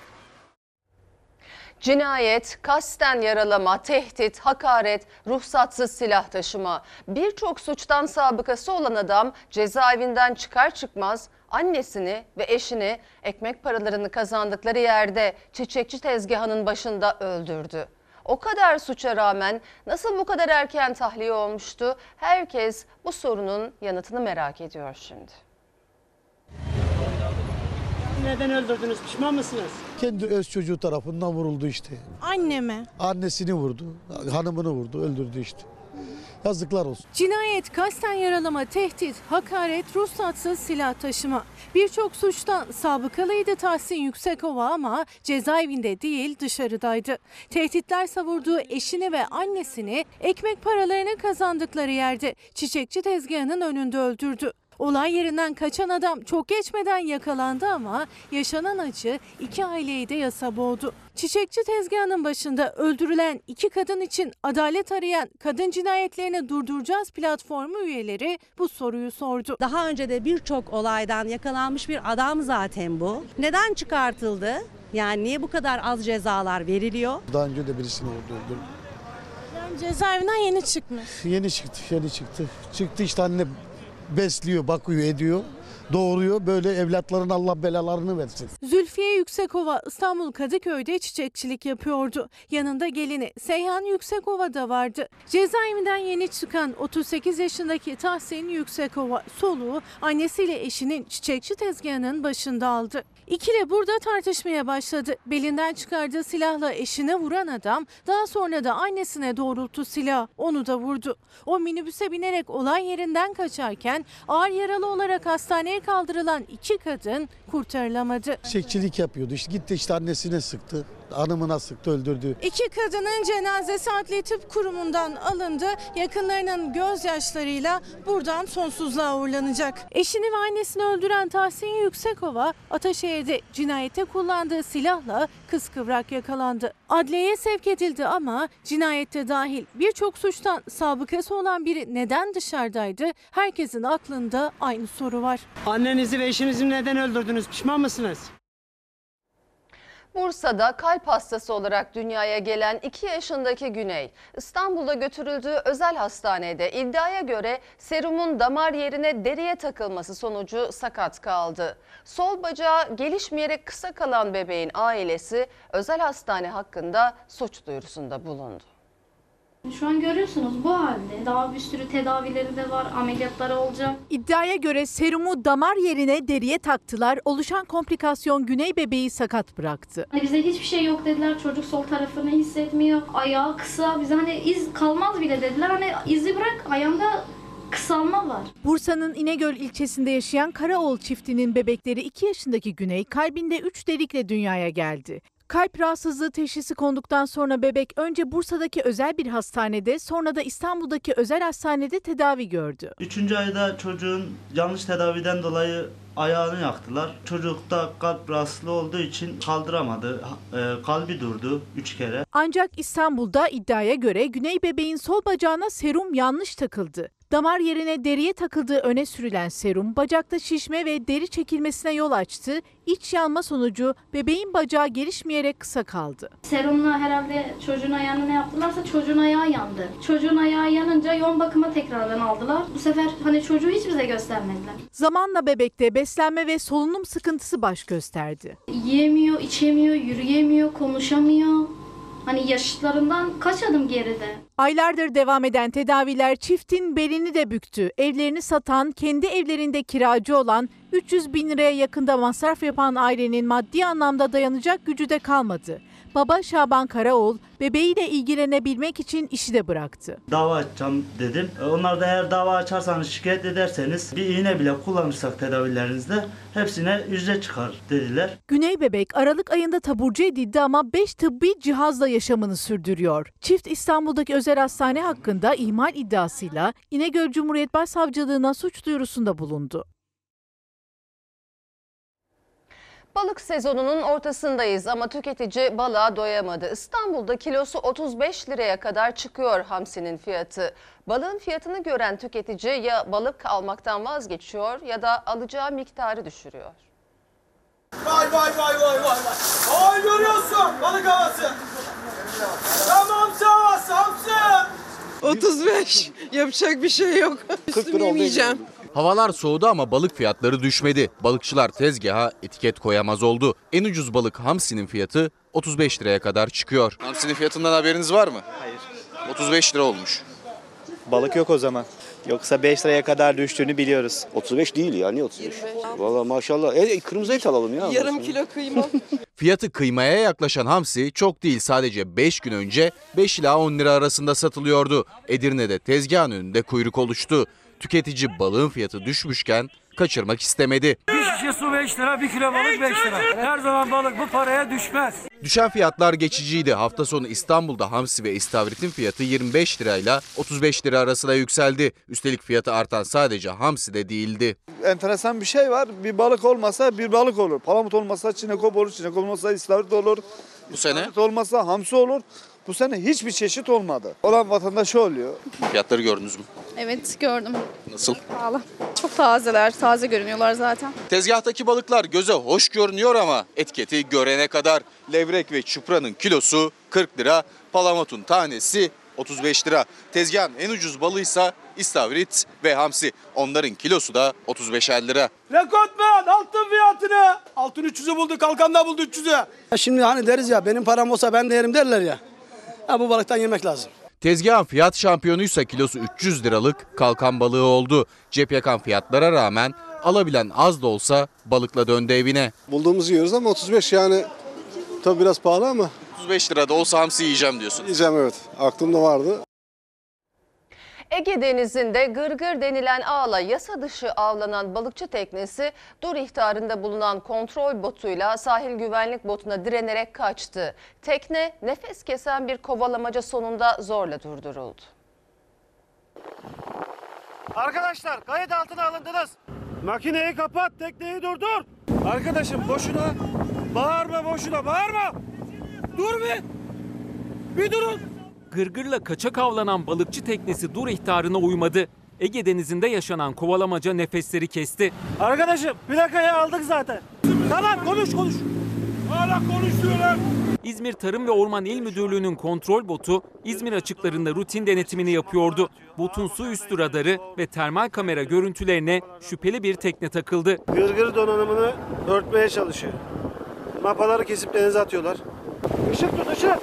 Cinayet, kasten yaralama, tehdit, hakaret, ruhsatsız silah taşıma. Birçok suçtan sabıkası olan adam cezaevinden çıkar çıkmaz annesini ve eşini ekmek paralarını kazandıkları yerde çiçekçi tezgahının başında öldürdü. O kadar suça rağmen nasıl bu kadar erken tahliye olmuştu? Herkes bu sorunun yanıtını merak ediyor şimdi. Neden öldürdünüz? Pişman mısınız? Kendi öz çocuğu tarafından vuruldu işte. Anneme. Annesini vurdu, hanımını vurdu, öldürdü işte. Yazıklar olsun. Cinayet, kasten yaralama, tehdit, hakaret, ruhsatsız silah taşıma. Birçok suçtan sabıkalıydı Tahsin Yüksekova ama cezaevinde değil dışarıdaydı. Tehditler savurduğu eşini ve annesini ekmek paralarını kazandıkları yerde çiçekçi tezgahının önünde öldürdü. Olay yerinden kaçan adam çok geçmeden yakalandı ama yaşanan acı iki aileyi de yasa boğdu. Çiçekçi tezgahının başında öldürülen iki kadın için adalet arayan Kadın Cinayetlerini Durduracağız platformu üyeleri bu soruyu sordu. Daha önce de birçok olaydan yakalanmış bir adam zaten bu. Neden çıkartıldı? Yani niye bu kadar az cezalar veriliyor? Daha önce de birisini vurdu, öldürdü. Yani cezaevinden yeni çıkmış. Yeni çıktı. Çıktı işte, anne besliyor, bakıyor, ediyor, doğuruyor. Böyle evlatların Allah belalarını versin. Zülfiye Yüksekova İstanbul Kadıköy'de çiçekçilik yapıyordu. Yanında gelini Seyhan Yüksekova da vardı. Cezaevinden yeni çıkan 38 yaşındaki Tahsin Yüksekova soluğu annesiyle eşinin çiçekçi tezgahının başında aldı. İkili burada tartışmaya başladı. Belinden çıkardığı silahla eşine vuran adam daha sonra da annesine doğrulttu silah. Onu da vurdu. O minibüse binerek olay yerinden kaçarken ağır yaralı olarak hastaneye kaldırılan iki kadın kurtarılamadı. Çiçekçilik yapıyordu. İşte gitti işte annesine sıktı, hanımına sıktı, öldürdü. İki kadının cenazesi Adli Tıp Kurumu'ndan alındı. Yakınlarının gözyaşlarıyla buradan sonsuzluğa uğurlanacak. Eşini ve annesini öldüren Tahsin Yüksekova, Ataşehir'de cinayette kullandığı silahla kıskıvrak yakalandı. Adliyeye sevk edildi ama cinayette dahil birçok suçtan sabıkası olan biri neden dışarıdaydı? Herkesin aklında aynı soru var. Annenizi ve eşinizi neden öldürdünüz? Pişman mısınız? Bursa'da kalp hastası olarak dünyaya gelen 2 yaşındaki Güney, İstanbul'da götürüldüğü özel hastanede iddiaya göre serumun damar yerine deriye takılması sonucu sakat kaldı. Sol bacağı gelişmeyerek kısa kalan bebeğin ailesi özel hastane hakkında suç duyurusunda bulundu. Şu an görüyorsunuz bu halde. Daha bir sürü tedavileri de var, ameliyatları olacak. İddiaya göre serumu damar yerine deriye taktılar. Oluşan komplikasyon Güney bebeği sakat bıraktı. Hani bize hiçbir şey yok dediler. Çocuk sol tarafını hissetmiyor. Ayağı kısa. Bize hani iz kalmaz bile dediler. Hani izi bırak, ayağında kısalma var. Bursa'nın İnegöl ilçesinde yaşayan Karaoğul çiftinin bebekleri 2 yaşındaki Güney kalbinde 3 delikle dünyaya geldi. Kalp rahatsızlığı teşhisi konduktan sonra bebek önce Bursa'daki özel bir hastanede sonra da İstanbul'daki özel hastanede tedavi gördü. 3. ayda çocuğun yanlış tedaviden dolayı ayağını yaktılar. Çocukta kalp rahatsızlığı olduğu için kaldıramadı. Kalbi durdu 3 kere. Ancak İstanbul'da iddiaya göre Güney bebeğin sol bacağına serum yanlış takıldı. Damar yerine deriye takıldığı öne sürülen serum bacakta şişme ve deri çekilmesine yol açtı. İç yanma sonucu bebeğin bacağı gelişmeyerek kısa kaldı. Serumla herhalde çocuğun ayağını ne yaptılarsa çocuğun ayağı yandı. Çocuğun ayağı yanınca yoğun bakıma tekrardan aldılar. Bu sefer hani çocuğu hiç bize göstermediler. Zamanla bebekte beslenme ve solunum sıkıntısı baş gösterdi. Yiyemiyor, içemiyor, yürüyemiyor, konuşamıyor. Hani yaşlarından kaç adım geride. Aylardır devam eden tedaviler çiftin belini de büktü. Evlerini satan, kendi evlerinde kiracı olan, 300 bin liraya yakında masraf yapan ailenin maddi anlamda dayanacak gücü de kalmadı. Baba Şaban Karaoğul bebeğiyle ilgilenebilmek için işi de bıraktı. Dava açacağım dedim. Onlar da eğer dava açarsanız, şikayet ederseniz bir iğne bile kullanırsak tedavilerinizde hepsine ücret çıkar dediler. Güney bebek Aralık ayında taburcu edildi ama 5 tıbbi cihazla yaşamını sürdürüyor. Çift İstanbul'daki özel hastane hakkında ihmal iddiasıyla İnegöl Cumhuriyet Başsavcılığına suç duyurusunda bulundu. Balık sezonunun ortasındayız ama tüketici balığa doyamadı. İstanbul'da kilosu 35 liraya kadar çıkıyor hamsinin fiyatı. Balığın fiyatını gören tüketici ya balık almaktan vazgeçiyor ya da alacağı miktarı düşürüyor. Vay vay vay vay vay. Vay görüyorsun balık havası. Tamam hamsi havası hamsi. 35 yapacak bir şey yok. Üstümü yemeyeceğim. Havalar soğudu ama balık fiyatları düşmedi. Balıkçılar tezgaha etiket koyamaz oldu. En ucuz balık hamsinin fiyatı 35 liraya kadar çıkıyor. Hamsinin fiyatından haberiniz var mı? Hayır. 35 lira olmuş. Balık yok o zaman. Yoksa 5 liraya kadar düştüğünü biliyoruz. 35 değil ya, niye 35? Vallahi maşallah. Kırmızı et alalım ya. Yarım kilo kıyma. Fiyatı kıymaya yaklaşan hamsi çok değil, sadece 5 gün önce 5 ila 10 lira arasında satılıyordu. Edirne'de tezgahın önünde kuyruk oluştu. Tüketici balığın fiyatı düşmüşken kaçırmak istemedi. Bir şişe su 5 lira, 1 kilo balık 5 lira. Her zaman balık bu paraya düşmez. Düşen fiyatlar geçiciydi. Hafta sonu İstanbul'da hamsi ve istavritin fiyatı 25 lirayla 35 lira arasında yükseldi. Üstelik fiyatı artan sadece hamsi de değildi. Enteresan bir şey var. Bir balık olmasa bir balık olur. Palamut olmasa çinekop olur. Çinekop olmasa istavrit olur. Bu sene? İstavrit olmasa hamsi olur. Bu sene hiçbir çeşit olmadı. Olan vatandaşı oluyor. Fiyatları gördünüz mü? Evet gördüm. Nasıl? Pahalı. Çok tazeler. Taze görünüyorlar zaten. Tezgahtaki balıklar göze hoş görünüyor ama etiketi görene kadar. Levrek ve çupranın kilosu 40 lira, palamutun tanesi 35 lira. Tezgahın en ucuz balıysa istavrit ve hamsi. Onların kilosu da 35'er lira. Rekortmen altın fiyatını. Altın 300'ü buldu, kalkan da buldu 300'ü. Şimdi hani deriz ya, benim param olsa ben de yerim derler ya. Ya bu balıktan yemek lazım. Tezgahın fiyat şampiyonuysa kilosu 300 liralık kalkan balığı oldu. Cep yakan fiyatlara rağmen alabilen az da olsa balıkla döndü evine. Bulduğumuzu yiyoruz ama 35 yani tabii biraz pahalı ama. 35 lirada olsa hamsi yiyeceğim diyorsun. Yiyeceğim, evet. Aklımda vardı. Ege Denizi'nde gırgır denilen ağla yasa dışı avlanan balıkçı teknesi dur ihtarında bulunan kontrol botuyla sahil güvenlik botuna direnerek kaçtı. Tekne nefes kesen bir kovalamaca sonunda zorla durduruldu. Arkadaşlar kayıt altına alındınız. Makineyi kapat, tekneyi durdur. Arkadaşım boşuna bağırma, boşuna bağırma. Dur bir durun. Gırgırla kaçak avlanan balıkçı teknesi dur ihtarına uymadı. Ege Denizi'nde yaşanan kovalamaca nefesleri kesti. Arkadaşım plakayı aldık zaten. Tamam konuş. Hala konuşuyorlar. İzmir Tarım ve Orman İl Müdürlüğü'nün kontrol botu İzmir açıklarında rutin denetimini yapıyordu. Botun su üstü radarı ve termal kamera görüntülerine şüpheli bir tekne takıldı. Gırgır donanımını örtmeye çalışıyor. Mapaları kesip denize atıyorlar. Işık tut ışık.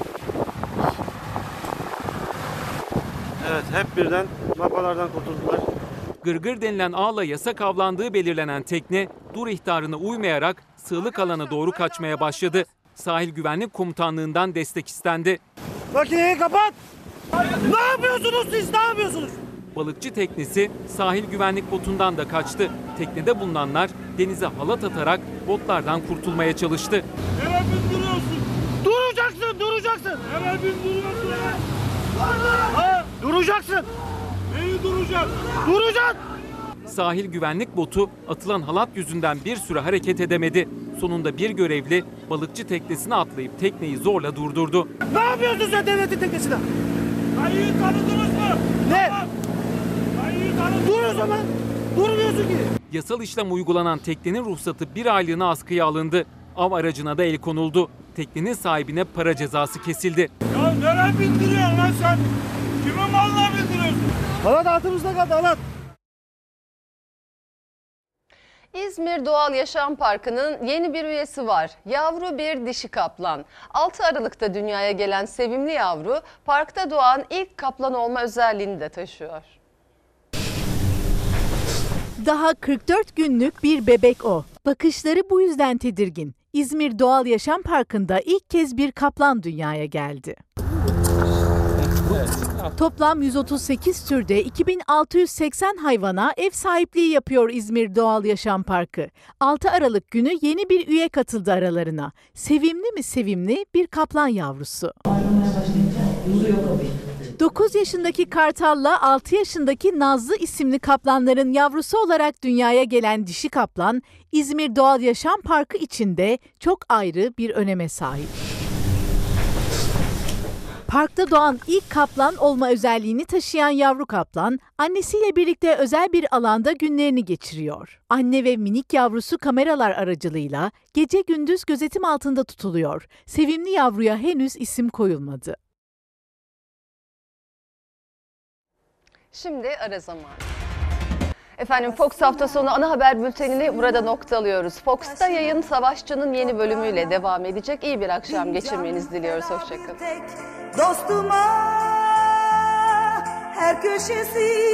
Evet, hep birden mapalardan kurtuldular. Gırgır denilen ağla yasak avlandığı belirlenen tekne dur ihtarına uymayarak sığlık alana doğru kaçmaya başladı. Sahil Güvenlik Komutanlığı'ndan destek istendi. Makineyi kapat! Ne yapıyorsunuz siz? Ne yapıyorsunuz? Balıkçı teknesi sahil güvenlik botundan da kaçtı. Teknede bulunanlar denize halat atarak botlardan kurtulmaya çalıştı. Nereye bindiriyorsun? Duracaksın! Nereye bindiriyorsun? Duracaksın! Neyi duracak? Duracaksın! Sahil güvenlik botu atılan halat yüzünden bir süre hareket edemedi. Sonunda bir görevli balıkçı teknesine atlayıp tekneyi zorla durdurdu. Ne yapıyorsun sen devletin teknesine? Kayığı tanıdınız mı? Ne? Kayığı tanıdınız. Dur o zaman. Durmuyorsun ki. Yasal işlem uygulanan teknenin ruhsatı bir aylığına askıya alındı. Av aracına da el konuldu. Teknenin sahibine para cezası kesildi. Ya nereye bindiriyorsun lan sen? Kimin malına bindiriyorsun? Halat altımızda kaldı halat. İzmir Doğal Yaşam Parkı'nın yeni bir üyesi var. Yavru bir dişi kaplan. 6 Aralık'ta dünyaya gelen sevimli yavru parkta doğan ilk kaplan olma özelliğini de taşıyor. Daha 44 günlük bir bebek o. Bakışları bu yüzden tedirgin. İzmir Doğal Yaşam Parkı'nda ilk kez bir kaplan dünyaya geldi. Toplam 138 türde 2680 hayvana ev sahipliği yapıyor İzmir Doğal Yaşam Parkı. 6 Aralık günü yeni bir üye katıldı aralarına. Sevimli mi sevimli bir kaplan yavrusu. 9 yaşındaki Kartal'la 6 yaşındaki Nazlı isimli kaplanların yavrusu olarak dünyaya gelen dişi kaplan, İzmir Doğal Yaşam Parkı içinde çok ayrı bir öneme sahip. Parkta doğan ilk kaplan olma özelliğini taşıyan yavru kaplan, annesiyle birlikte özel bir alanda günlerini geçiriyor. Anne ve minik yavrusu kameralar aracılığıyla gece gündüz gözetim altında tutuluyor. Sevimli yavruya henüz isim koyulmadı. Şimdi ara zamanı. Efendim Fox hafta sonu ana haber bültenini burada noktalıyoruz. Fox'ta yayın Savaşçı'nın yeni bölümüyle devam edecek. İyi bir akşam geçirmenizi diliyoruz. Hoşçakalın. Dostuma her köşesi